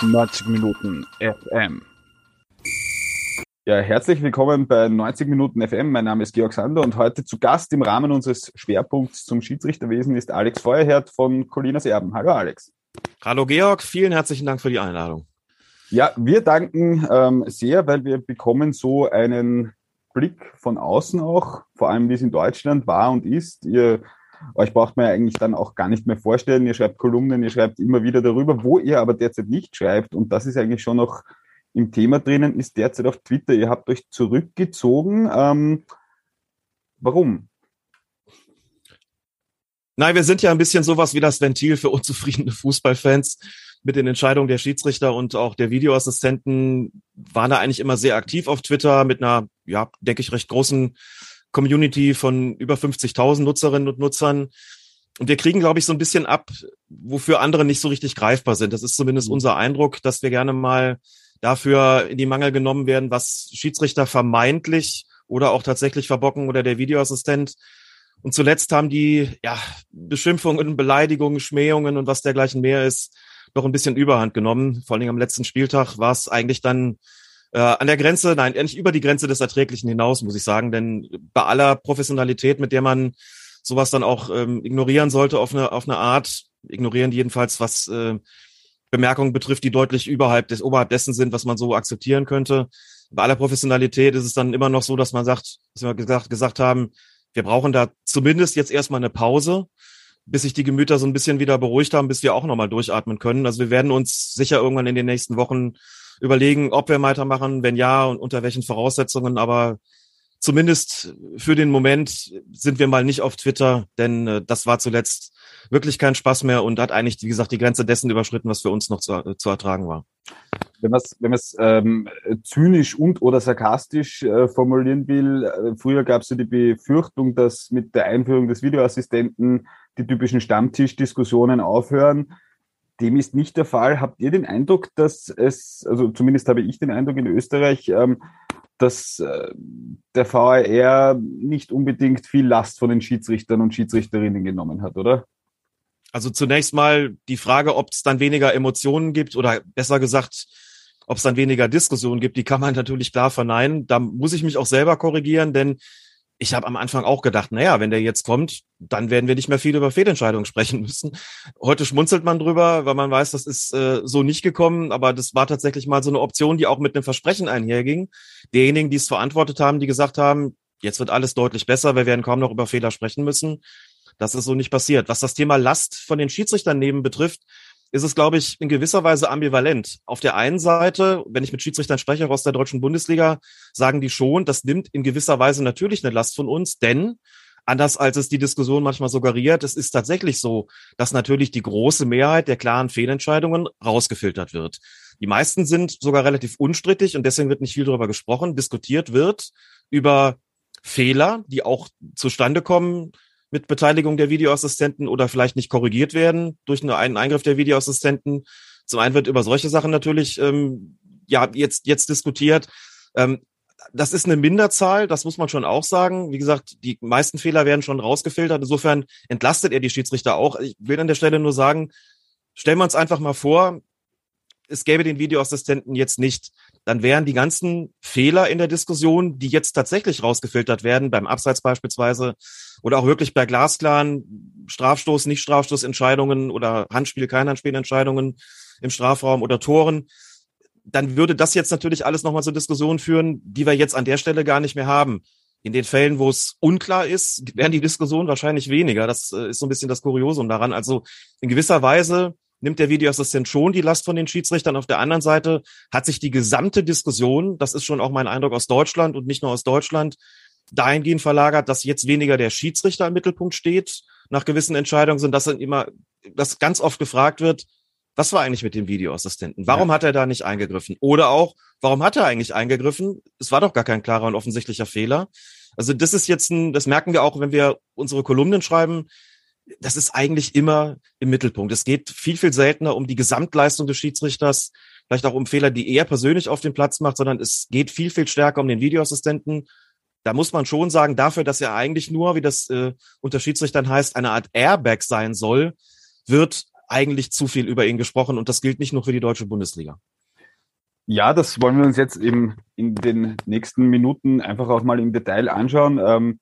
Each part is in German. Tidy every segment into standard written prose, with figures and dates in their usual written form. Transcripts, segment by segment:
90 Minuten FM. Ja, herzlich willkommen bei 90 Minuten FM. Mein Name ist Georg Sander und heute zu Gast im Rahmen unseres Schwerpunkts zum Schiedsrichterwesen ist Alex Feuerherd von Colinas Erben. Hallo Alex. Hallo Georg, vielen herzlichen Dank für die Einladung. Ja, wir danken sehr, weil wir bekommen so einen Blick von außen auch, vor allem wie es in Deutschland war und ist. Euch braucht man ja eigentlich dann auch gar nicht mehr vorstellen. Ihr schreibt Kolumnen, ihr schreibt immer wieder darüber, wo ihr aber derzeit nicht schreibt. Und das ist eigentlich schon noch im Thema drinnen, ist derzeit auf Twitter. Ihr habt euch zurückgezogen. Warum? Nein, wir sind ja ein bisschen sowas wie das Ventil für unzufriedene Fußballfans. Mit den Entscheidungen der Schiedsrichter und auch der Videoassistenten waren da eigentlich immer sehr aktiv auf Twitter mit einer, ja, denke ich, recht großen Community von über 50.000 Nutzerinnen und Nutzern. Und wir kriegen, glaube ich, so ein bisschen ab, wofür andere nicht so richtig greifbar sind. Das ist zumindest unser Eindruck, dass wir gerne mal dafür in die Mangel genommen werden, was Schiedsrichter vermeintlich oder auch tatsächlich verbocken oder der Videoassistent. Und zuletzt haben die Beschimpfungen, Beleidigungen, Schmähungen und was dergleichen mehr ist, noch ein bisschen Überhand genommen. Vor allen Dingen am letzten Spieltag war es eigentlich dann an der Grenze, nein, nicht über die Grenze des Erträglichen hinaus, muss ich sagen. Denn bei aller Professionalität, mit der man sowas dann auch ignorieren sollte auf eine Art, ignorieren die jedenfalls, was Bemerkungen betrifft, die deutlich oberhalb dessen sind, was man so akzeptieren könnte. Bei aller Professionalität ist es dann immer noch so, dass man sagt, dass wir gesagt haben, wir brauchen da zumindest jetzt erstmal eine Pause, bis sich die Gemüter so ein bisschen wieder beruhigt haben, bis wir auch nochmal durchatmen können. Also wir werden uns sicher irgendwann in den nächsten Wochen überlegen, ob wir weitermachen, wenn ja und unter welchen Voraussetzungen. Aber zumindest für den Moment sind wir mal nicht auf Twitter, denn das war zuletzt wirklich kein Spaß mehr und hat eigentlich, wie gesagt, die Grenze dessen überschritten, was für uns noch zu ertragen war. Wenn man es zynisch und oder sarkastisch formulieren will, früher gab es ja die Befürchtung, dass mit der Einführung des Videoassistenten die typischen Stammtischdiskussionen aufhören. Dem ist nicht der Fall. Habt ihr den Eindruck, dass also zumindest habe ich den Eindruck in Österreich, dass der VAR nicht unbedingt viel Last von den Schiedsrichtern und Schiedsrichterinnen genommen hat, oder? Also zunächst mal die Frage, ob es dann weniger Emotionen gibt oder besser gesagt, ob es dann weniger Diskussionen gibt, die kann man natürlich klar verneinen. Da muss ich mich auch selber korrigieren, denn ich habe am Anfang auch gedacht, naja, wenn der jetzt kommt, dann werden wir nicht mehr viel über Fehlentscheidungen sprechen müssen. Heute schmunzelt man drüber, weil man weiß, das ist so nicht gekommen, aber das war tatsächlich mal so eine Option, die auch mit einem Versprechen einherging. Diejenigen, die es verantwortet haben, die gesagt haben, jetzt wird alles deutlich besser, wir werden kaum noch über Fehler sprechen müssen. Das ist so nicht passiert. Was das Thema Last von den Schiedsrichtern neben betrifft, ist es, glaube ich, in gewisser Weise ambivalent. Auf der einen Seite, wenn ich mit Schiedsrichtern spreche aus der deutschen Bundesliga, sagen die schon, das nimmt in gewisser Weise natürlich eine Last von uns, denn anders als es die Diskussion manchmal suggeriert, es ist tatsächlich so, dass natürlich die große Mehrheit der klaren Fehlentscheidungen rausgefiltert wird. Die meisten sind sogar relativ unstrittig und deswegen wird nicht viel darüber gesprochen. Diskutiert wird über Fehler, die auch zustande kommen mit Beteiligung der Videoassistenten oder vielleicht nicht korrigiert werden durch einen Eingriff der Videoassistenten. Zum einen wird über solche Sachen natürlich jetzt diskutiert. Das ist eine Minderzahl, das muss man schon auch sagen. Wie gesagt, die meisten Fehler werden schon rausgefiltert. Insofern entlastet er die Schiedsrichter auch. Ich will an der Stelle nur sagen, stellen wir uns einfach mal vor, es gäbe den Videoassistenten jetzt nicht, dann wären die ganzen Fehler in der Diskussion, die jetzt tatsächlich rausgefiltert werden, beim Abseits beispielsweise, oder auch wirklich bei glasklaren Strafstoß-, Nicht-Strafstoß-Entscheidungen oder Handspiel-, kein Handspielentscheidungen im Strafraum oder Toren, dann würde das jetzt natürlich alles nochmal zur Diskussion führen, die wir jetzt an der Stelle gar nicht mehr haben. In den Fällen, wo es unklar ist, wären die Diskussionen wahrscheinlich weniger. Das ist so ein bisschen das Kuriosum daran. Also in gewisser Weise nimmt der Videoassistent schon die Last von den Schiedsrichtern. Auf der anderen Seite hat sich die gesamte Diskussion, das ist schon auch mein Eindruck aus Deutschland und nicht nur aus Deutschland, dahingehend verlagert, dass jetzt weniger der Schiedsrichter im Mittelpunkt steht nach gewissen Entscheidungen, sondern dass ganz oft gefragt wird, was war eigentlich mit dem Videoassistenten? Warum hat er da nicht eingegriffen? Oder auch, warum hat er eigentlich eingegriffen? Es war doch gar kein klarer und offensichtlicher Fehler. Also das ist jetzt das merken wir auch, wenn wir unsere Kolumnen schreiben, das ist eigentlich immer im Mittelpunkt. Es geht viel, viel seltener um die Gesamtleistung des Schiedsrichters, vielleicht auch um Fehler, die er persönlich auf dem Platz macht, sondern es geht viel, viel stärker um den Videoassistenten. Da muss man schon sagen, dafür, dass er eigentlich nur, wie das unter Schiedsrichtern heißt, eine Art Airbag sein soll, wird eigentlich zu viel über ihn gesprochen und das gilt nicht nur für die deutsche Bundesliga. Ja, das wollen wir uns jetzt eben in den nächsten Minuten einfach auch mal im Detail anschauen.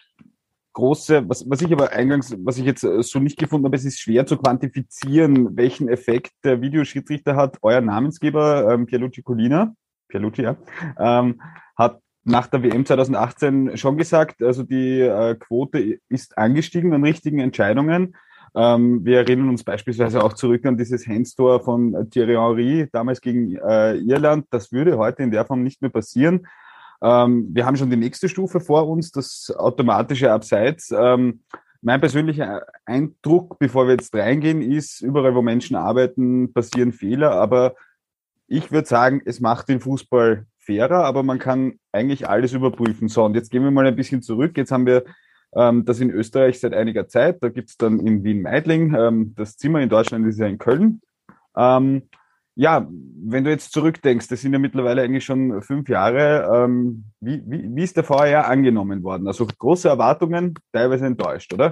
Was ich aber eingangs, was ich jetzt so nicht gefunden habe, es ist schwer zu quantifizieren, welchen Effekt der Videoschiedsrichter hat. Euer Namensgeber, Pierluigi, ja, hat nach der WM 2018 schon gesagt, also die Quote ist angestiegen an richtigen Entscheidungen. Wir erinnern uns beispielsweise auch zurück an dieses Handstor von Thierry Henry, damals gegen Irland. Das würde heute in der Form nicht mehr passieren. Wir haben schon die nächste Stufe vor uns, das automatische Abseits. Mein persönlicher Eindruck, bevor wir jetzt reingehen, ist, überall, wo Menschen arbeiten, passieren Fehler. Aber ich würde sagen, es macht den Fußball fairer, aber man kann eigentlich alles überprüfen. So, und jetzt gehen wir mal ein bisschen zurück. Jetzt haben wir das in Österreich seit einiger Zeit. Da gibt es dann in Wien-Meidling. Das Zimmer in Deutschland ist ja in Köln. Ja, wenn du jetzt zurückdenkst, das sind ja mittlerweile eigentlich schon 5 Jahre. Wie ist der VR angenommen worden? Also große Erwartungen, teilweise enttäuscht, oder?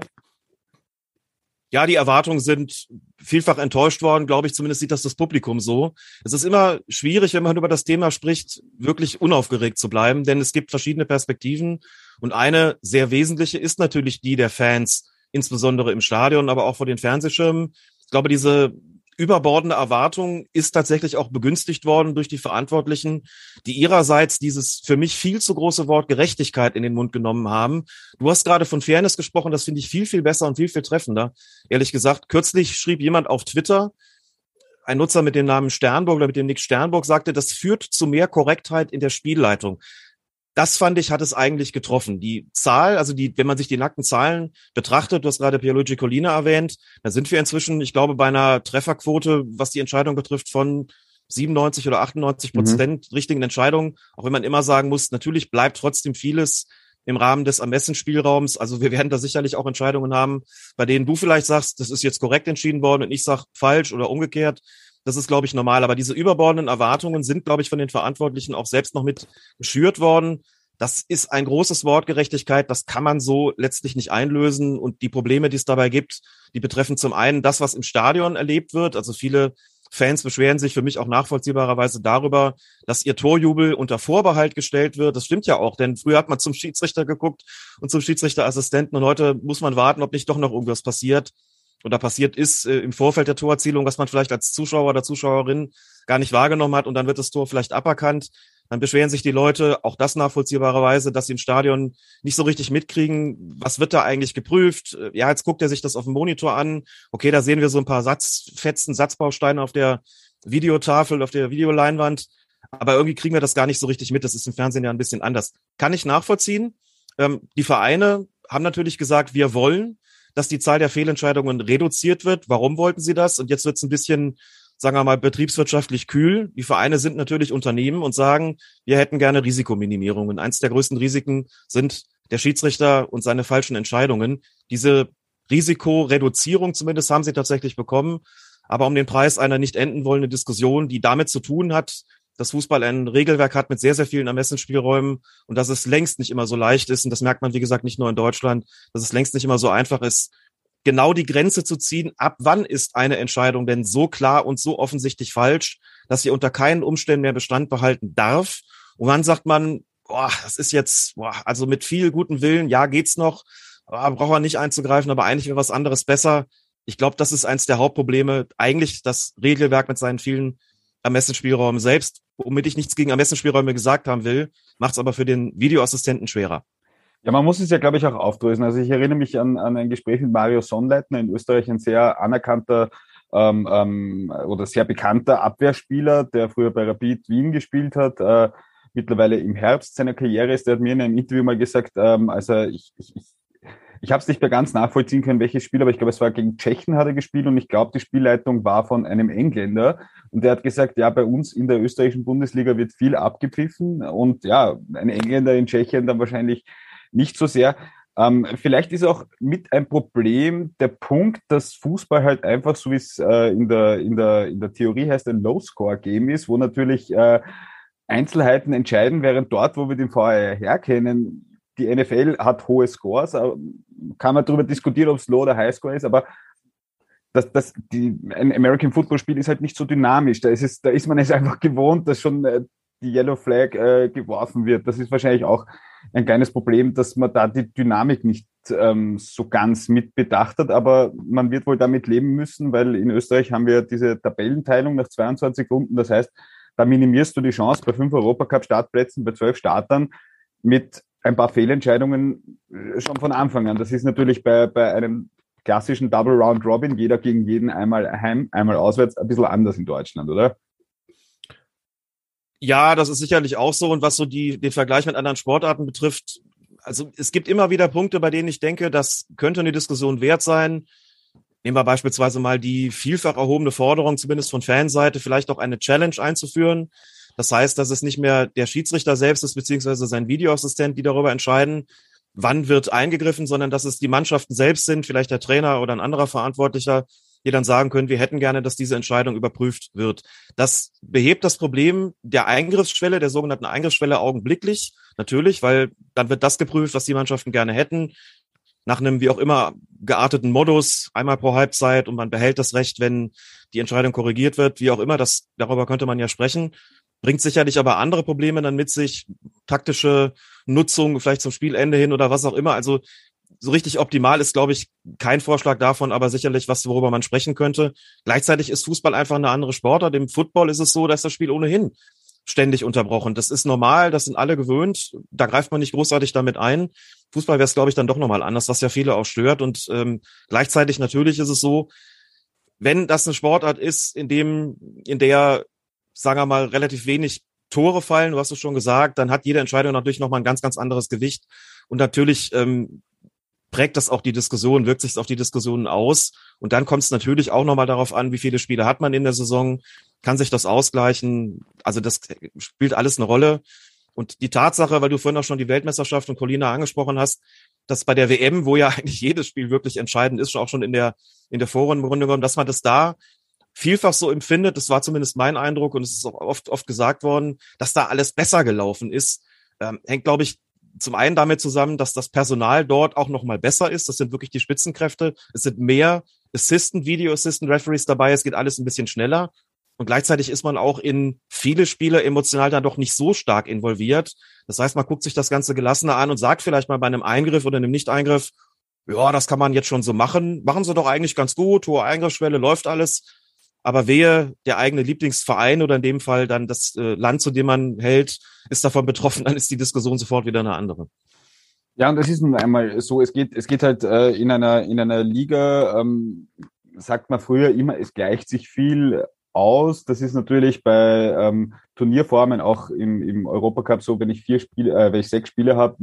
Ja, die Erwartungen sind vielfach enttäuscht worden, glaube ich, zumindest sieht das Publikum so. Es ist immer schwierig, wenn man über das Thema spricht, wirklich unaufgeregt zu bleiben, denn es gibt verschiedene Perspektiven und eine sehr wesentliche ist natürlich die der Fans, insbesondere im Stadion, aber auch vor den Fernsehschirmen. Ich glaube, diese überbordende Erwartung ist tatsächlich auch begünstigt worden durch die Verantwortlichen, die ihrerseits dieses für mich viel zu große Wort Gerechtigkeit in den Mund genommen haben. Du hast gerade von Fairness gesprochen, das finde ich viel, viel besser und viel, viel treffender. Ehrlich gesagt, kürzlich schrieb jemand auf Twitter, ein Nutzer mit dem Namen Sternburg oder mit dem Nick Sternburg sagte, das führt zu mehr Korrektheit in der Spielleitung. Das fand ich, hat es eigentlich getroffen. Die Zahl, also wenn man sich die nackten Zahlen betrachtet, du hast gerade Pierluigi Collina erwähnt, da sind wir inzwischen, ich glaube, bei einer Trefferquote, was die Entscheidung betrifft, von 97 oder 98% richtigen Entscheidungen. Auch wenn man immer sagen muss, natürlich bleibt trotzdem vieles im Rahmen des Ermessensspielraums. Also wir werden da sicherlich auch Entscheidungen haben, bei denen du vielleicht sagst, das ist jetzt korrekt entschieden worden und ich sage falsch oder umgekehrt. Das ist, glaube ich, normal. Aber diese überbordenden Erwartungen sind, glaube ich, von den Verantwortlichen auch selbst noch mit geschürt worden. Das ist ein großes Wort, Gerechtigkeit. Das kann man so letztlich nicht einlösen. Und die Probleme, die es dabei gibt, die betreffen zum einen das, was im Stadion erlebt wird. Also viele Fans beschweren sich für mich auch nachvollziehbarerweise darüber, dass ihr Torjubel unter Vorbehalt gestellt wird. Das stimmt ja auch, denn früher hat man zum Schiedsrichter geguckt und zum Schiedsrichterassistenten und heute muss man warten, ob nicht doch noch irgendwas passiert oder passiert ist im Vorfeld der Torerzielung, was man vielleicht als Zuschauer oder Zuschauerin gar nicht wahrgenommen hat und dann wird das Tor vielleicht aberkannt. Dann beschweren sich die Leute, auch das nachvollziehbarerweise, dass sie im Stadion nicht so richtig mitkriegen, was wird da eigentlich geprüft. Ja, jetzt guckt er sich das auf dem Monitor an. Okay, da sehen wir so ein paar Satzbausteine auf der Videotafel, auf der Videoleinwand. Aber irgendwie kriegen wir das gar nicht so richtig mit. Das ist im Fernsehen ja ein bisschen anders. Kann ich nachvollziehen. Die Vereine haben natürlich gesagt, wir wollen, dass die Zahl der Fehlentscheidungen reduziert wird. Warum wollten sie das? Und jetzt wird es ein bisschen, sagen wir mal, betriebswirtschaftlich kühl. Die Vereine sind natürlich Unternehmen und sagen, wir hätten gerne Risikominimierung. Und eins der größten Risiken sind der Schiedsrichter und seine falschen Entscheidungen. Diese Risikoreduzierung zumindest haben sie tatsächlich bekommen, aber um den Preis einer nicht enden wollenden Diskussion, die damit zu tun hat, dass Fußball ein Regelwerk hat mit sehr, sehr vielen Ermessensspielräumen und dass es längst nicht immer so leicht ist, und das merkt man, wie gesagt, nicht nur in Deutschland, dass es längst nicht immer so einfach ist, genau die Grenze zu ziehen, ab wann ist eine Entscheidung denn so klar und so offensichtlich falsch, dass sie unter keinen Umständen mehr Bestand behalten darf. Und dann sagt man, das ist jetzt, also mit viel gutem Willen, ja, geht's noch, braucht man nicht einzugreifen, aber eigentlich wäre was anderes besser. Ich glaube, das ist eins der Hauptprobleme. Eigentlich das Regelwerk mit seinen vielen Ermessensspielräumen selbst, womit ich nichts gegen Ermessensspielräume gesagt haben will, macht es aber für den Videoassistenten schwerer. Ja, man muss es ja, glaube ich, auch aufdröseln. Also ich erinnere mich an ein Gespräch mit Mario Sonnleitner, in Österreich ein sehr anerkannter oder sehr bekannter Abwehrspieler, der früher bei Rapid Wien gespielt hat, mittlerweile im Herbst seiner Karriere ist. Der hat mir in einem Interview mal gesagt, also ich habe es nicht mehr ganz nachvollziehen können, welches Spiel, aber ich glaube, es war gegen Tschechen hat er gespielt und ich glaube, die Spielleitung war von einem Engländer und der hat gesagt, ja, bei uns in der österreichischen Bundesliga wird viel abgepfiffen und ja, ein Engländer in Tschechien dann wahrscheinlich nicht so sehr. Vielleicht ist auch mit ein Problem der Punkt, dass Fußball halt einfach, so wie es in der Theorie heißt, ein Low-Score-Game ist, wo natürlich Einzelheiten entscheiden, während dort, wo wir den VAR herkennen, die NFL hat hohe Scores, kann man darüber diskutieren, ob es Low oder High Score ist, aber ein American Football Spiel ist halt nicht so dynamisch. Da ist man es einfach gewohnt, dass schon die Yellow Flag geworfen wird. Das ist wahrscheinlich auch ein kleines Problem, dass man da die Dynamik nicht so ganz mit bedacht hat, aber man wird wohl damit leben müssen, weil in Österreich haben wir diese Tabellenteilung nach 22 Runden. Das heißt, da minimierst du die Chance bei 5 Europacup-Startplätzen, bei 12 Startern mit ein paar Fehlentscheidungen schon von Anfang an. Das ist natürlich bei einem klassischen Double Round Robin, jeder gegen jeden, einmal heim, einmal auswärts, ein bisschen anders in Deutschland, oder? Ja, das ist sicherlich auch so. Und was so den Vergleich mit anderen Sportarten betrifft, also es gibt immer wieder Punkte, bei denen ich denke, das könnte eine Diskussion wert sein. Nehmen wir beispielsweise mal die vielfach erhobene Forderung, zumindest von Fanseite, vielleicht auch eine Challenge einzuführen. Das heißt, dass es nicht mehr der Schiedsrichter selbst ist, beziehungsweise sein Videoassistent, die darüber entscheiden, wann wird eingegriffen, sondern dass es die Mannschaften selbst sind, vielleicht der Trainer oder ein anderer Verantwortlicher, die dann sagen können, wir hätten gerne, dass diese Entscheidung überprüft wird. Das behebt das Problem der Eingriffsschwelle, der sogenannten Eingriffsschwelle augenblicklich, natürlich, weil dann wird das geprüft, was die Mannschaften gerne hätten, nach einem wie auch immer gearteten Modus, einmal pro Halbzeit, und man behält das Recht, wenn die Entscheidung korrigiert wird, wie auch immer, darüber könnte man ja sprechen. Bringt sicherlich aber andere Probleme dann mit sich, taktische Nutzung, vielleicht zum Spielende hin oder was auch immer. Also so richtig optimal ist, glaube ich, kein Vorschlag davon, aber sicherlich was, worüber man sprechen könnte. Gleichzeitig ist Fußball einfach eine andere Sportart. Im Football ist es so, dass das Spiel ohnehin ständig unterbrochen. Das ist normal, das sind alle gewöhnt. Da greift man nicht großartig damit ein. Fußball wäre es, glaube ich, dann doch nochmal anders, was ja viele auch stört. Und gleichzeitig natürlich ist es so, wenn das eine Sportart ist, in der, sagen wir mal, relativ wenig Tore fallen, du hast es schon gesagt, dann hat jede Entscheidung natürlich nochmal ein ganz, ganz anderes Gewicht. Und natürlich prägt das auch die Diskussion, wirkt sich auf die Diskussionen aus. Und dann kommt es natürlich auch nochmal darauf an, wie viele Spiele hat man in der Saison, kann sich das ausgleichen. Also das spielt alles eine Rolle. Und die Tatsache, weil du vorhin auch schon die Weltmeisterschaft und Colina angesprochen hast, dass bei der WM, wo ja eigentlich jedes Spiel wirklich entscheidend ist, auch schon in der Vorrunde genommen, dass man das da vielfach so empfindet, das war zumindest mein Eindruck und es ist auch oft gesagt worden, dass da alles besser gelaufen ist, hängt, glaube ich, zum einen damit zusammen, dass das Personal dort auch nochmal besser ist. Das sind wirklich die Spitzenkräfte. Es sind mehr Video Assistant Referees dabei. Es geht alles ein bisschen schneller. Und gleichzeitig ist man auch in viele Spiele emotional dann doch nicht so stark involviert. Das heißt, man guckt sich das Ganze gelassener an und sagt vielleicht mal bei einem Eingriff oder einem Nicht-Eingriff, ja, das kann man jetzt schon so machen. Machen sie doch eigentlich ganz gut. Hohe Eingriffsschwelle, läuft alles. Aber wehe, der eigene Lieblingsverein oder in dem Fall dann das Land, zu dem man hält, ist davon betroffen, dann ist die Diskussion sofort wieder eine andere. Ja, und das ist nun einmal so, es geht halt in einer Liga, sagt man früher immer, es gleicht sich viel aus. Das ist natürlich bei Turnierformen auch im Europacup so, wenn ich 6 Spiele habe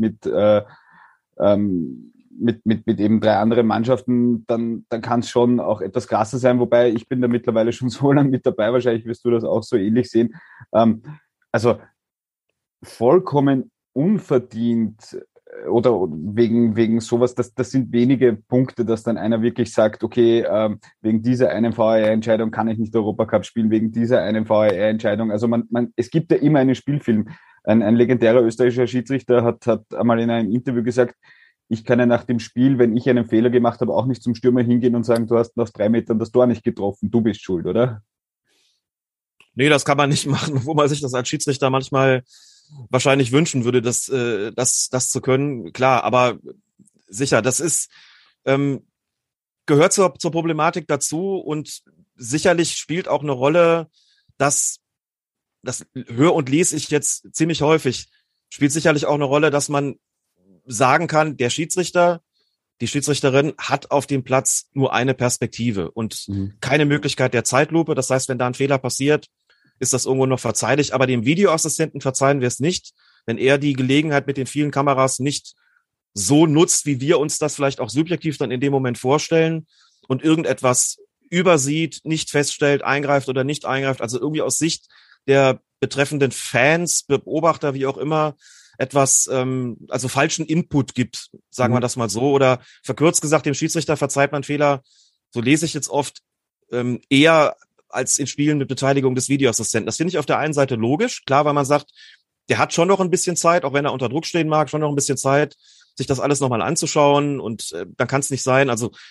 mit eben 3 anderen Mannschaften, dann kann es schon auch etwas krasser sein, wobei ich bin da mittlerweile schon so lange mit dabei, wahrscheinlich wirst du das auch so ähnlich sehen. Also vollkommen unverdient oder wegen sowas, das sind wenige Punkte, dass dann einer wirklich sagt, okay, wegen dieser einen VAR-Entscheidung kann ich nicht Europacup spielen, wegen dieser einen VAR-Entscheidung. Also es gibt ja immer einen Spielfilm. Ein legendärer österreichischer Schiedsrichter hat einmal in einem Interview gesagt, ich kann ja nach dem Spiel, wenn ich einen Fehler gemacht habe, auch nicht zum Stürmer hingehen und sagen, du hast nach 3 Metern das Tor nicht getroffen, du bist schuld, oder? Nee, das kann man nicht machen, wo man sich das als Schiedsrichter manchmal wahrscheinlich wünschen würde, das zu können. Klar, aber sicher, das ist gehört zur Problematik dazu und sicherlich spielt auch eine Rolle, das höre und lese ich jetzt ziemlich häufig, spielt sicherlich auch eine Rolle, dass man sagen kann, der Schiedsrichter, die Schiedsrichterin hat auf dem Platz nur eine Perspektive und keine Möglichkeit der Zeitlupe. Das heißt, wenn da ein Fehler passiert, ist das irgendwo noch verzeihlich. Aber dem Videoassistenten verzeihen wir es nicht, wenn er die Gelegenheit mit den vielen Kameras nicht so nutzt, wie wir uns das vielleicht auch subjektiv dann in dem Moment vorstellen und irgendetwas übersieht, nicht feststellt, eingreift oder nicht eingreift. Also irgendwie aus Sicht der betreffenden Fans, Beobachter, wie auch immer, etwas, also falschen Input gibt, sagen wir das mal so. Oder verkürzt gesagt, dem Schiedsrichter verzeiht man Fehler, so lese ich jetzt oft, eher als in Spielen mit Beteiligung des Videoassistenten. Das finde ich auf der einen Seite logisch, klar, weil man sagt, der hat schon noch ein bisschen Zeit, auch wenn er unter Druck stehen mag, schon noch ein bisschen Zeit, sich das alles nochmal anzuschauen und dann kann es nicht sein, also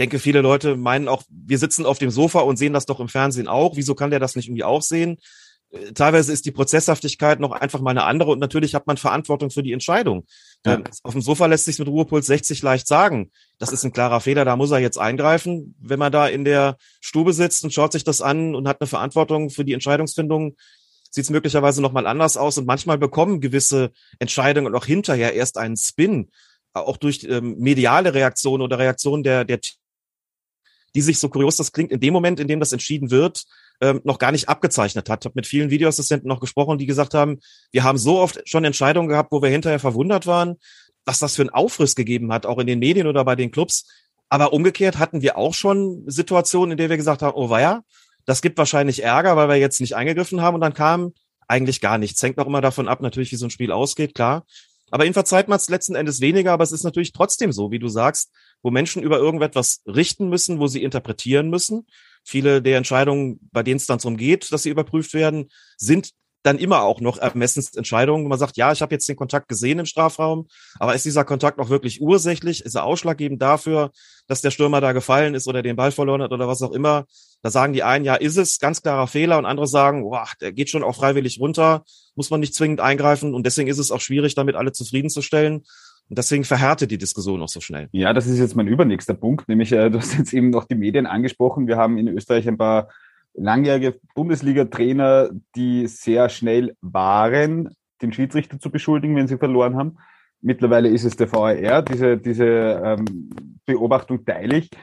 denke, viele Leute meinen auch, wir sitzen auf dem Sofa und sehen das doch im Fernsehen auch. Wieso kann der das nicht irgendwie auch sehen? Teilweise ist die Prozesshaftigkeit noch einfach mal eine andere und natürlich hat man Verantwortung für die Entscheidung. Ja. Auf dem Sofa lässt sich mit Ruhepuls 60 leicht sagen. Das ist ein klarer Fehler, da muss er jetzt eingreifen. Wenn man da in der Stube sitzt und schaut sich das an und hat eine Verantwortung für die Entscheidungsfindung, sieht es möglicherweise nochmal anders aus und manchmal bekommen gewisse Entscheidungen auch hinterher erst einen Spin, auch durch mediale Reaktionen oder Reaktionen der die sich, so kurios das klingt, in dem Moment, in dem das entschieden wird, noch gar nicht abgezeichnet hat. Ich habe mit vielen Videoassistenten noch gesprochen, die gesagt haben, wir haben so oft schon Entscheidungen gehabt, wo wir hinterher verwundert waren, was das für einen Aufriss gegeben hat, auch in den Medien oder bei den Clubs. Aber umgekehrt hatten wir auch schon Situationen, in denen wir gesagt haben, oh weia, das gibt wahrscheinlich Ärger, weil wir jetzt nicht eingegriffen haben und dann kam eigentlich gar nichts. Hängt auch immer davon ab, natürlich, wie so ein Spiel ausgeht, klar. Aber ihn verzeiht man es letzten Endes weniger, aber es ist natürlich trotzdem so, wie du sagst, wo Menschen über irgendetwas richten müssen, wo sie interpretieren müssen. Viele der Entscheidungen, bei denen es dann darum geht, dass sie überprüft werden, sind dann immer auch noch Ermessensentscheidungen, wo man sagt, ja, ich habe jetzt den Kontakt gesehen im Strafraum, aber ist dieser Kontakt auch wirklich ursächlich? Ist er ausschlaggebend dafür, dass der Stürmer da gefallen ist oder den Ball verloren hat oder was auch immer? Da sagen die einen, ja, ist es, ganz klarer Fehler, und andere sagen, boah, der geht schon auch freiwillig runter, muss man nicht zwingend eingreifen, und deswegen ist es auch schwierig, damit alle zufriedenzustellen. Und deswegen verhärtet die Diskussion auch so schnell. Ja, das ist jetzt mein übernächster Punkt, nämlich du hast jetzt eben noch die Medien angesprochen. Wir haben in Österreich ein paar langjährige Bundesliga-Trainer, die sehr schnell waren, den Schiedsrichter zu beschuldigen, wenn sie verloren haben. Mittlerweile ist es der VAR, diese Beobachtung teile ich.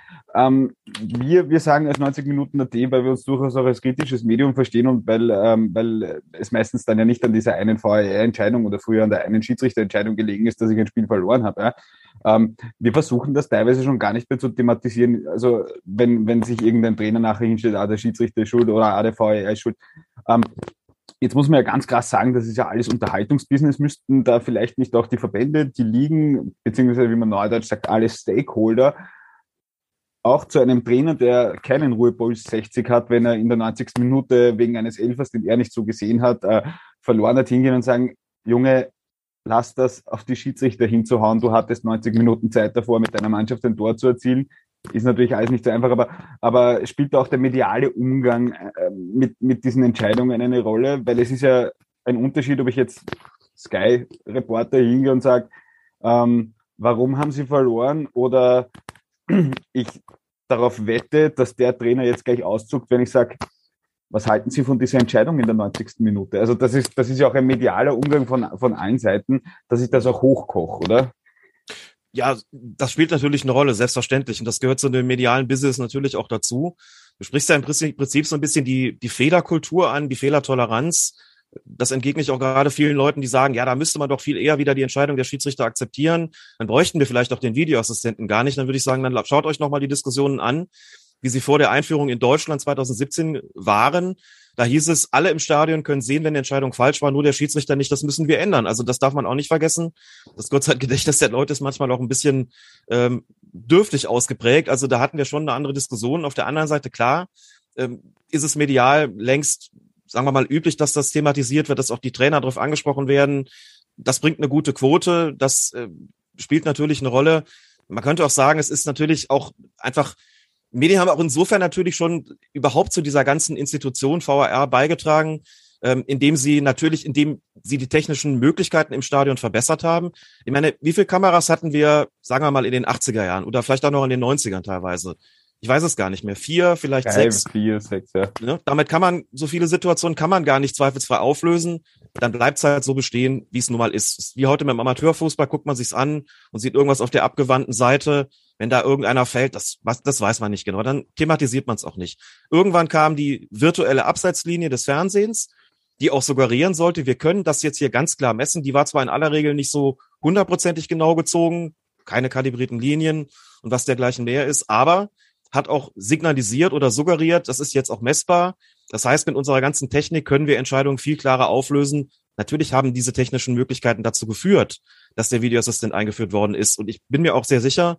Wir sagen als 90 Minuten AT, weil wir uns durchaus auch als kritisches Medium verstehen und weil es meistens dann ja nicht an dieser einen VAR-Entscheidung oder früher an der einen Schiedsrichterentscheidung gelegen ist, dass ich ein Spiel verloren habe. Ja. Wir versuchen das teilweise schon gar nicht mehr zu thematisieren. Also wenn sich irgendein Trainer nachher hinstellt, der Schiedsrichter ist schuld oder der VAR ist schuld. Jetzt muss man ja ganz krass sagen, das ist ja alles Unterhaltungsbusiness. Müssten da vielleicht nicht auch die Verbände, die Ligen, beziehungsweise wie man neudeutsch sagt, alle Stakeholder, auch zu einem Trainer, der keinen Ruhepuls 60 hat, wenn er in der 90. Minute wegen eines Elfers, den er nicht so gesehen hat, verloren hat, hingehen und sagen, Junge, lass das auf die Schiedsrichter hinzuhauen, du hattest 90 Minuten Zeit davor, mit deiner Mannschaft ein Tor zu erzielen. Ist natürlich alles nicht so einfach, aber spielt auch der mediale Umgang mit diesen Entscheidungen eine Rolle? Weil es ist ja ein Unterschied, ob ich jetzt Sky-Reporter hingehe und sage, warum haben sie verloren? Oder ich darauf wette, dass der Trainer jetzt gleich auszuckt, wenn ich sage, was halten Sie von dieser Entscheidung in der 90. Minute? Also das ist ja auch ein medialer Umgang von allen Seiten, dass ich das auch hochkoche, oder? Ja, das spielt natürlich eine Rolle, selbstverständlich. Und das gehört zu dem medialen Business natürlich auch dazu. Du sprichst ja im Prinzip so ein bisschen die Fehlerkultur an, die Fehlertoleranz. Das entgegne ich auch gerade vielen Leuten, die sagen, ja, da müsste man doch viel eher wieder die Entscheidung der Schiedsrichter akzeptieren. Dann bräuchten wir vielleicht auch den Videoassistenten gar nicht. Dann würde ich sagen, dann schaut euch nochmal die Diskussionen an, wie sie vor der Einführung in Deutschland 2017 waren. Da hieß es, alle im Stadion können sehen, wenn die Entscheidung falsch war, nur der Schiedsrichter nicht, das müssen wir ändern. Also das darf man auch nicht vergessen. Das Kurzzeitgedächtnis der Leute ist manchmal auch ein bisschen dürftig ausgeprägt. Also da hatten wir schon eine andere Diskussion. Auf der anderen Seite, klar, ist es medial längst, sagen wir mal, üblich, dass das thematisiert wird, dass auch die Trainer darauf angesprochen werden. Das bringt eine gute Quote. Das spielt natürlich eine Rolle. Man könnte auch sagen, es ist natürlich auch einfach, Medien haben auch insofern natürlich schon überhaupt zu dieser ganzen Institution VAR beigetragen, indem sie die technischen Möglichkeiten im Stadion verbessert haben. Ich meine, wie viele Kameras hatten wir, sagen wir mal, in den 80er Jahren oder vielleicht auch noch in den 90ern teilweise? Ich weiß es gar nicht mehr. 4, vielleicht 6. 4, 6, ja. Ne? Damit kann man, so viele Situationen kann man gar nicht zweifelsfrei auflösen. Dann bleibt es halt so bestehen, wie es nun mal ist. Wie heute mit dem Amateurfußball, guckt man sich's an und sieht irgendwas auf der abgewandten Seite. Wenn da irgendeiner fällt, das weiß man nicht genau. Dann thematisiert man es auch nicht. Irgendwann kam die virtuelle Abseitslinie des Fernsehens, die auch suggerieren sollte, wir können das jetzt hier ganz klar messen. Die war zwar in aller Regel nicht so 100%ig genau gezogen, keine kalibrierten Linien und was dergleichen mehr ist, aber hat auch signalisiert oder suggeriert, das ist jetzt auch messbar. Das heißt, mit unserer ganzen Technik können wir Entscheidungen viel klarer auflösen. Natürlich haben diese technischen Möglichkeiten dazu geführt, dass der Videoassistent eingeführt worden ist. Und ich bin mir auch sehr sicher,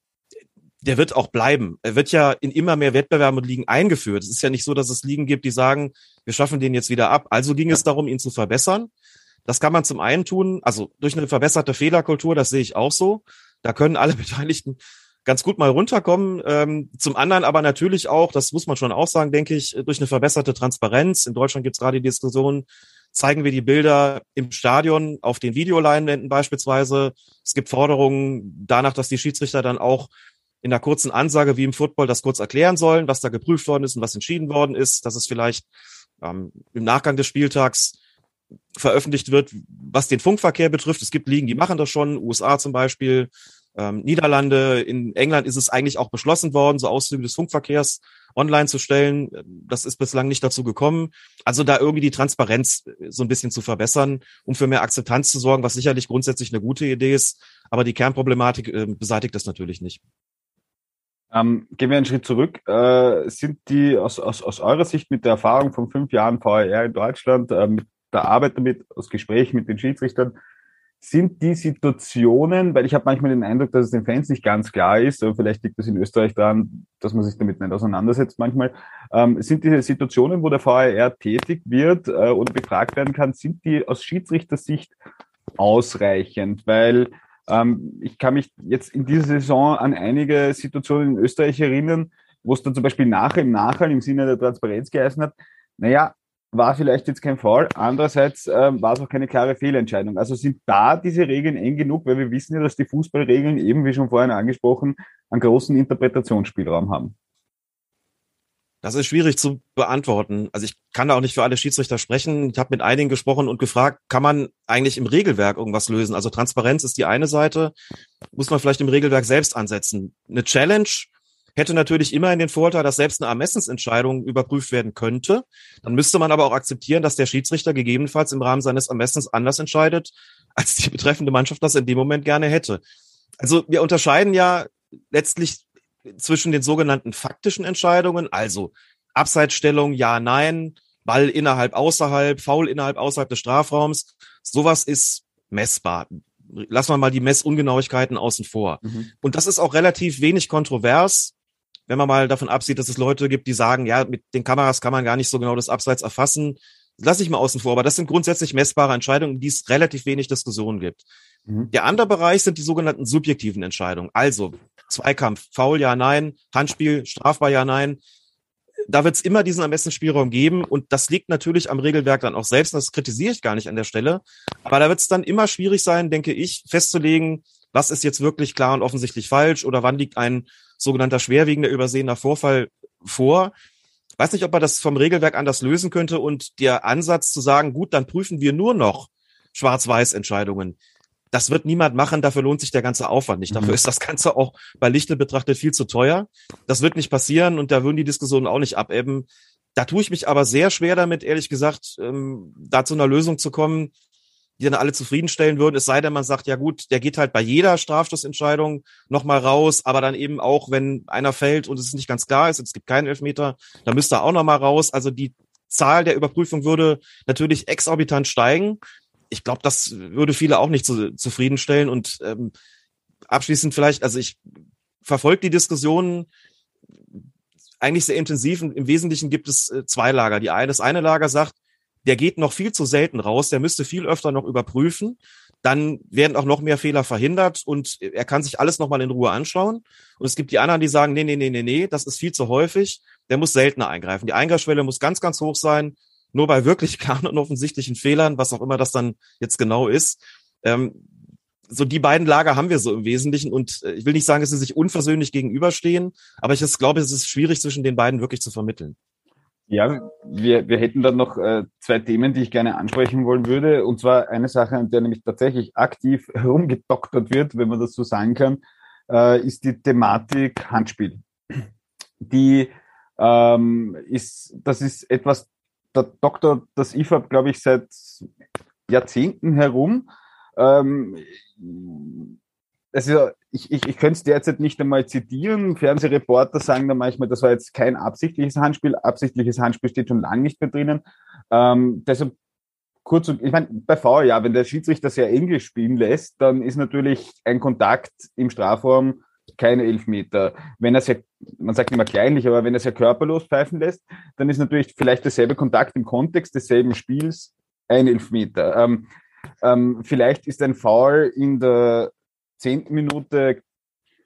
der wird auch bleiben. Er wird ja in immer mehr Wettbewerben und Ligen eingeführt. Es ist ja nicht so, dass es Ligen gibt, die sagen, wir schaffen den jetzt wieder ab. Also ging es darum, ihn zu verbessern. Das kann man zum einen tun, also durch eine verbesserte Fehlerkultur, das sehe ich auch so. Da können alle Beteiligten ganz gut mal runterkommen. Zum anderen aber natürlich auch, das muss man schon auch sagen, denke ich, durch eine verbesserte Transparenz. In Deutschland gibt es gerade die Diskussion, zeigen wir die Bilder im Stadion auf den Videoleinwänden beispielsweise. Es gibt Forderungen danach, dass die Schiedsrichter dann auch in einer kurzen Ansage wie im Football das kurz erklären sollen, was da geprüft worden ist und was entschieden worden ist, dass es vielleicht im Nachgang des Spieltags veröffentlicht wird, was den Funkverkehr betrifft. Es gibt Ligen, die machen das schon, USA zum Beispiel, Niederlande, in England ist es eigentlich auch beschlossen worden, so Auszüge des Funkverkehrs online zu stellen. Das ist bislang nicht dazu gekommen. Also da irgendwie die Transparenz so ein bisschen zu verbessern, um für mehr Akzeptanz zu sorgen, was sicherlich grundsätzlich eine gute Idee ist. Aber die Kernproblematik beseitigt das natürlich nicht. Gehen wir einen Schritt zurück. Sind die aus eurer Sicht mit der Erfahrung von 5 Jahren VAR in Deutschland, mit der Arbeit damit, aus Gesprächen mit den Schiedsrichtern, sind die Situationen, weil ich habe manchmal den Eindruck, dass es den Fans nicht ganz klar ist, aber vielleicht liegt das in Österreich daran, dass man sich damit nicht auseinandersetzt manchmal, sind diese Situationen, wo der VAR tätig wird oder befragt werden kann, sind die aus Schiedsrichtersicht ausreichend? Weil ich kann mich jetzt in dieser Saison an einige Situationen in Österreich erinnern, wo es dann zum Beispiel im Nachhinein im Sinne der Transparenz geheißen hat, naja, war vielleicht jetzt kein Foul, andererseits war es auch keine klare Fehlentscheidung. Also sind da diese Regeln eng genug, weil wir wissen ja, dass die Fußballregeln eben, wie schon vorhin angesprochen, einen großen Interpretationsspielraum haben. Das ist schwierig zu beantworten. Also ich kann da auch nicht für alle Schiedsrichter sprechen. Ich habe mit einigen gesprochen und gefragt, kann man eigentlich im Regelwerk irgendwas lösen? Also Transparenz ist die eine Seite, muss man vielleicht im Regelwerk selbst ansetzen. Eine Challenge hätte natürlich immerhin den Vorteil, dass selbst eine Ermessensentscheidung überprüft werden könnte. Dann müsste man aber auch akzeptieren, dass der Schiedsrichter gegebenenfalls im Rahmen seines Ermessens anders entscheidet, als die betreffende Mannschaft das in dem Moment gerne hätte. Also wir unterscheiden ja letztlich zwischen den sogenannten faktischen Entscheidungen, also Abseitsstellung, ja, nein, Ball innerhalb, außerhalb, Foul innerhalb, außerhalb des Strafraums. Sowas ist messbar. Lassen wir mal die Messungenauigkeiten außen vor. Und das ist auch relativ wenig kontrovers, wenn man mal davon absieht, dass es Leute gibt, die sagen, ja, mit den Kameras kann man gar nicht so genau das Abseits erfassen. Lass ich mal außen vor, aber das sind grundsätzlich messbare Entscheidungen, in die es relativ wenig Diskussionen gibt. Der andere Bereich sind die sogenannten subjektiven Entscheidungen. Also Zweikampf, Foul, ja, nein, Handspiel, strafbar, ja, nein. Da wird es immer diesen Ermessensspielraum geben und das liegt natürlich am Regelwerk dann auch selbst. Das kritisiere ich gar nicht an der Stelle. Aber da wird es dann immer schwierig sein, denke ich, festzulegen, was ist jetzt wirklich klar und offensichtlich falsch oder wann liegt ein sogenannter schwerwiegender übersehener Vorfall vor. Ich weiß nicht, ob man das vom Regelwerk anders lösen könnte und der Ansatz zu sagen, gut, dann prüfen wir nur noch Schwarz-Weiß-Entscheidungen. Das wird niemand machen, dafür lohnt sich der ganze Aufwand nicht. Dafür ist das Ganze auch bei Lichte betrachtet viel zu teuer. Das wird nicht passieren und da würden die Diskussionen auch nicht abebben. Da tue ich mich aber sehr schwer damit, ehrlich gesagt, da zu einer Lösung zu kommen, die dann alle zufriedenstellen würden. Es sei denn, man sagt, ja gut, der geht halt bei jeder Strafstoßentscheidung nochmal raus, aber dann eben auch, wenn einer fällt und es nicht ganz klar ist, es gibt keinen Elfmeter, dann müsste er auch nochmal raus. Also die Zahl der Überprüfung würde natürlich exorbitant steigen. Ich glaube, das würde viele auch nicht zufriedenstellen. Und abschließend vielleicht, also ich verfolge die Diskussionen eigentlich sehr intensiv. Und im Wesentlichen gibt es zwei Lager. Das eine Lager sagt, der geht noch viel zu selten raus, der müsste viel öfter noch überprüfen. Dann werden auch noch mehr Fehler verhindert und er kann sich alles nochmal in Ruhe anschauen. Und es gibt die anderen, die sagen, nee, das ist viel zu häufig, der muss seltener eingreifen. Die Eingreifsschwelle muss ganz, ganz hoch sein. Nur bei wirklich klaren und offensichtlichen Fehlern, was auch immer das dann jetzt genau ist. So die beiden Lager haben wir so im Wesentlichen und ich will nicht sagen, dass sie sich unversöhnlich gegenüberstehen, aber ich glaube, es ist schwierig, zwischen den beiden wirklich zu vermitteln. Ja, wir hätten dann noch zwei Themen, die ich gerne ansprechen wollen würde. Und zwar eine Sache, an der nämlich tatsächlich aktiv herumgedoktert wird, wenn man das so sagen kann, ist die Thematik Handspiel. Das ist etwas, da doktert das IFAB, glaube ich, seit Jahrzehnten herum. Also ich könnte es derzeit nicht einmal zitieren. Fernsehreporter sagen da manchmal, das war jetzt kein absichtliches Handspiel. Absichtliches Handspiel steht schon lange nicht mehr drinnen. Deshalb kurz, ich meine, bei VAR, wenn der Schiedsrichter sehr englisch spielen lässt, dann ist natürlich ein Kontakt im Strafraum kein Elfmeter. Wenn er sehr, man sagt immer kleinlich, aber wenn er sehr körperlos pfeifen lässt, dann ist natürlich vielleicht derselbe Kontakt im Kontext desselben Spiels ein Elfmeter. Vielleicht ist ein Foul in der 10. Minute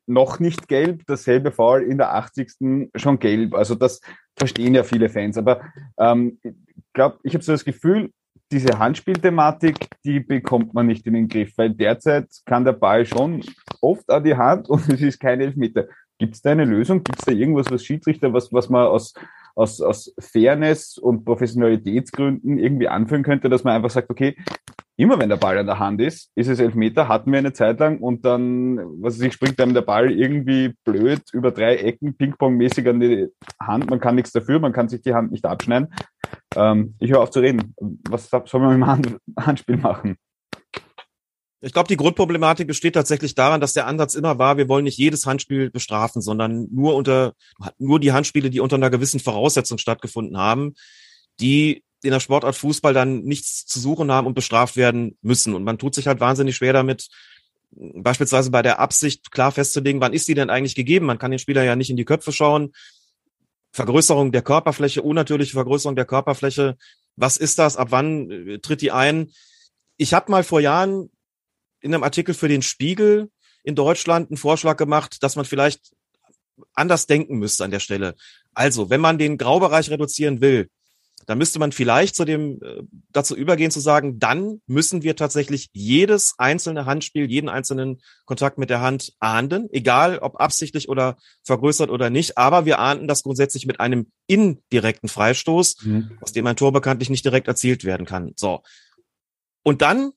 noch nicht gelb, dasselbe Foul in der 80. schon gelb. Also das verstehen ja viele Fans. Aber ich glaube, ich habe so das Gefühl, diese Handspielthematik, die bekommt man nicht in den Griff, weil derzeit kann der Ball schon oft an die Hand und es ist kein Elfmeter. Gibt es da eine Lösung? Gibt es da irgendwas, was Schiedsrichter, was man aus Fairness und Professionalitätsgründen irgendwie anführen könnte, dass man einfach sagt, okay, immer wenn der Ball an der Hand ist, ist es Elfmeter, hatten wir eine Zeit lang und dann, was weiß ich, springt einem der Ball irgendwie blöd über 3 Ecken, Ping-Pong-mäßig an die Hand, man kann nichts dafür, man kann sich die Hand nicht abschneiden. Ich höre auf zu reden. Was soll man mit dem Handspiel machen? Ich glaube, die Grundproblematik besteht tatsächlich daran, dass der Ansatz immer war, wir wollen nicht jedes Handspiel bestrafen, sondern nur die Handspiele, die unter einer gewissen Voraussetzung stattgefunden haben, die in der Sportart Fußball dann nichts zu suchen haben und bestraft werden müssen. Und man tut sich halt wahnsinnig schwer damit, beispielsweise bei der Absicht klar festzulegen, wann ist die denn eigentlich gegeben? Man kann den Spieler ja nicht in die Köpfe schauen. Vergrößerung der Körperfläche, unnatürliche Vergrößerung der Körperfläche. Was ist das? Ab wann tritt die ein? Ich habe mal vor Jahren in einem Artikel für den Spiegel in Deutschland einen Vorschlag gemacht, dass man vielleicht anders denken müsste an der Stelle. Also, wenn man den Graubereich reduzieren will, dann müsste man vielleicht dazu übergehen zu sagen, dann müssen wir tatsächlich jedes einzelne Handspiel, jeden einzelnen Kontakt mit der Hand ahnden, egal ob absichtlich oder vergrößert oder nicht. Aber wir ahnden das grundsätzlich mit einem indirekten Freistoß, aus dem ein Tor bekanntlich nicht direkt erzielt werden kann. So. Und dann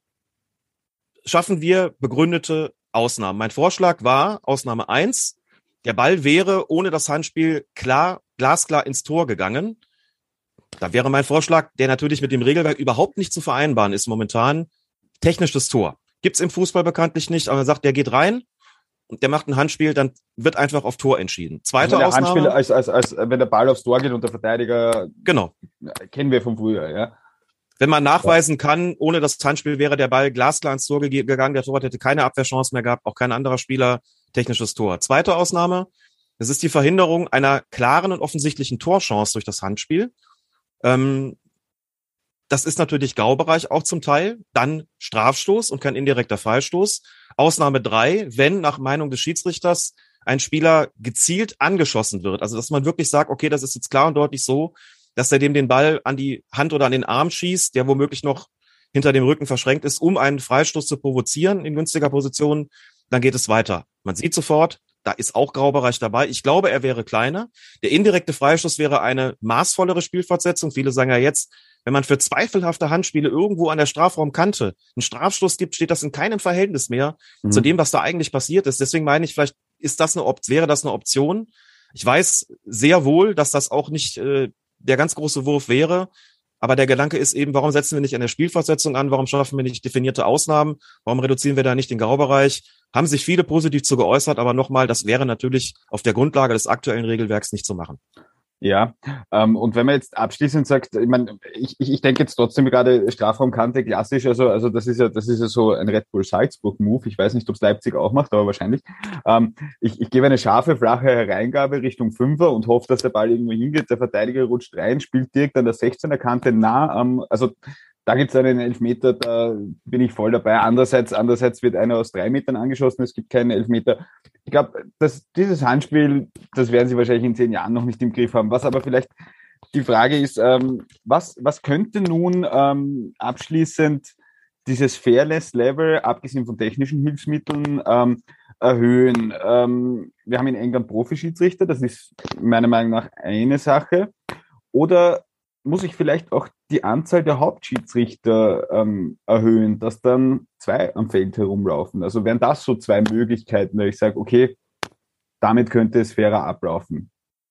schaffen wir begründete Ausnahmen. Mein Vorschlag war Ausnahme 1. Der Ball wäre ohne das Handspiel glasklar ins Tor gegangen. Da wäre mein Vorschlag, der natürlich mit dem Regelwerk überhaupt nicht zu vereinbaren ist momentan, technisches Tor. Gibt's im Fußball bekanntlich nicht, aber man sagt, der geht rein und der macht ein Handspiel, dann wird einfach auf Tor entschieden. Zweite also Ausnahme. Handspiel als wenn der Ball aufs Tor geht und der Verteidiger. Genau. Kennen wir von früher, ja. Wenn man nachweisen kann, ohne das Handspiel wäre der Ball glasklar ins Tor gegangen, der Torwart hätte keine Abwehrchance mehr gehabt, auch kein anderer Spieler, technisches Tor. Zweite Ausnahme, das ist die Verhinderung einer klaren und offensichtlichen Torchance durch das Handspiel. Das ist natürlich Graubereich auch zum Teil, dann Strafstoß und kein indirekter Freistoß. Ausnahme 3, wenn nach Meinung des Schiedsrichters ein Spieler gezielt angeschossen wird, also dass man wirklich sagt, okay, das ist jetzt klar und deutlich so, dass er dem den Ball an die Hand oder an den Arm schießt, der womöglich noch hinter dem Rücken verschränkt ist, um einen Freistoß zu provozieren in günstiger Position, dann geht es weiter. Man sieht sofort, da ist auch Graubereich dabei. Ich glaube, er wäre kleiner. Der indirekte Freistoß wäre eine maßvollere Spielfortsetzung. Viele sagen ja jetzt, wenn man für zweifelhafte Handspiele irgendwo an der Strafraumkante einen Strafstoß gibt, steht das in keinem Verhältnis mehr zu dem, was da eigentlich passiert ist. Deswegen meine ich, vielleicht wäre das eine Option. Ich weiß sehr wohl, dass das auch nicht der ganz große Wurf wäre. Aber der Gedanke ist eben, warum setzen wir nicht an der Spielfortsetzung an? Warum schaffen wir nicht definierte Ausnahmen? Warum reduzieren wir da nicht den Graubereich? Haben sich viele positiv zu geäußert, aber nochmal, das wäre natürlich auf der Grundlage des aktuellen Regelwerks nicht zu machen. Ja, und wenn man jetzt abschließend sagt, ich denke jetzt trotzdem gerade Strafraumkante klassisch, also das ist ja so ein Red Bull Salzburg-Move. Ich weiß nicht, ob es Leipzig auch macht, aber wahrscheinlich. Ich gebe eine scharfe, flache Hereingabe Richtung Fünfer und hoffe, dass der Ball irgendwo hingeht. Der Verteidiger rutscht rein, spielt direkt an der 16er Kante nah also da gibt es einen Elfmeter, da bin ich voll dabei. Andererseits wird einer aus 3 Metern angeschossen, es gibt keinen Elfmeter. Ich glaube, dieses Handspiel, das werden sie wahrscheinlich in 10 Jahren noch nicht im Griff haben. Was aber vielleicht die Frage ist, was könnte nun abschließend dieses Fairness-Level, abgesehen von technischen Hilfsmitteln, erhöhen? Wir haben in England Profischiedsrichter, das ist meiner Meinung nach eine Sache. Oder muss ich vielleicht auch die Anzahl der Hauptschiedsrichter erhöhen, dass dann 2 am Feld herumlaufen? Also wären das so 2 Möglichkeiten, weil ich sage, okay, damit könnte es fairer ablaufen.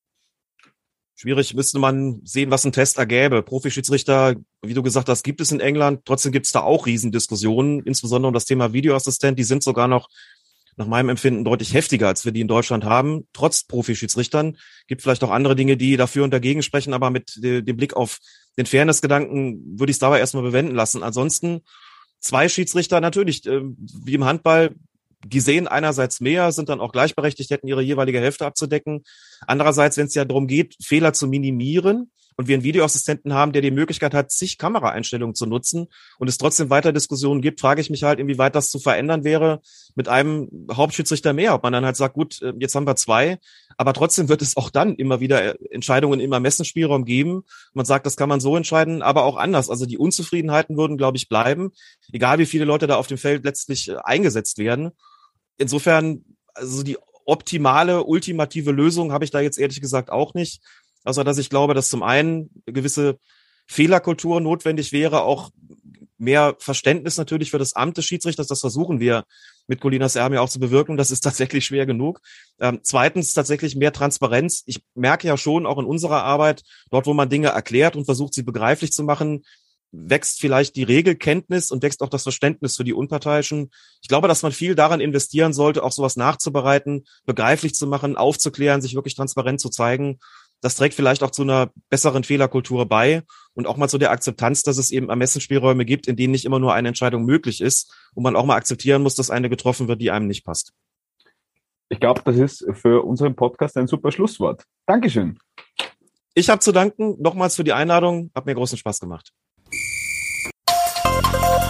Schwierig, müsste man sehen, was ein Test ergäbe. Profischiedsrichter, wie du gesagt hast, gibt es in England. Trotzdem gibt es da auch Riesendiskussionen, insbesondere um das Thema Videoassistent. Die sind sogar noch nach meinem Empfinden deutlich heftiger, als wir die in Deutschland haben, trotz Profischiedsrichtern. Gibt vielleicht auch andere Dinge, die dafür und dagegen sprechen, aber mit dem Blick auf den Fairness-Gedanken würde ich es dabei erstmal bewenden lassen. Ansonsten 2 Schiedsrichter natürlich, wie im Handball, die sehen einerseits mehr, sind dann auch gleichberechtigt, hätten ihre jeweilige Hälfte abzudecken. Andererseits, wenn es ja darum geht, Fehler zu minimieren und wir einen Videoassistenten haben, der die Möglichkeit hat, zig Kameraeinstellungen zu nutzen und es trotzdem weiter Diskussionen gibt, frage ich mich halt, inwieweit das zu verändern wäre mit einem Hauptschiedsrichter mehr. Ob man dann halt sagt, gut, jetzt haben wir 2, aber trotzdem wird es auch dann immer wieder Entscheidungen im Ermessensspielraum geben. Man sagt, das kann man so entscheiden, aber auch anders. Also die Unzufriedenheiten würden, glaube ich, bleiben, egal wie viele Leute da auf dem Feld letztlich eingesetzt werden. Insofern, also die optimale, ultimative Lösung habe ich da jetzt ehrlich gesagt auch nicht. Außer dass ich glaube, dass zum einen eine gewisse Fehlerkultur notwendig wäre, auch mehr Verständnis natürlich für das Amt des Schiedsrichters. Das versuchen wir mit Colinas Erben ja auch zu bewirken. Das ist tatsächlich schwer genug. Zweitens tatsächlich mehr Transparenz. Ich merke ja schon auch in unserer Arbeit, dort wo man Dinge erklärt und versucht, sie begreiflich zu machen, wächst vielleicht die Regelkenntnis und wächst auch das Verständnis für die Unparteiischen. Ich glaube, dass man viel daran investieren sollte, auch sowas nachzubereiten, begreiflich zu machen, aufzuklären, sich wirklich transparent zu zeigen. Das trägt vielleicht auch zu einer besseren Fehlerkultur bei und auch mal zu der Akzeptanz, dass es eben Ermessensspielräume gibt, in denen nicht immer nur eine Entscheidung möglich ist und man auch mal akzeptieren muss, dass eine getroffen wird, die einem nicht passt. Ich glaube, das ist für unseren Podcast ein super Schlusswort. Dankeschön. Ich habe zu danken, nochmals für die Einladung, hat mir großen Spaß gemacht.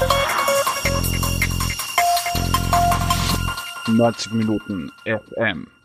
90 Minuten FM.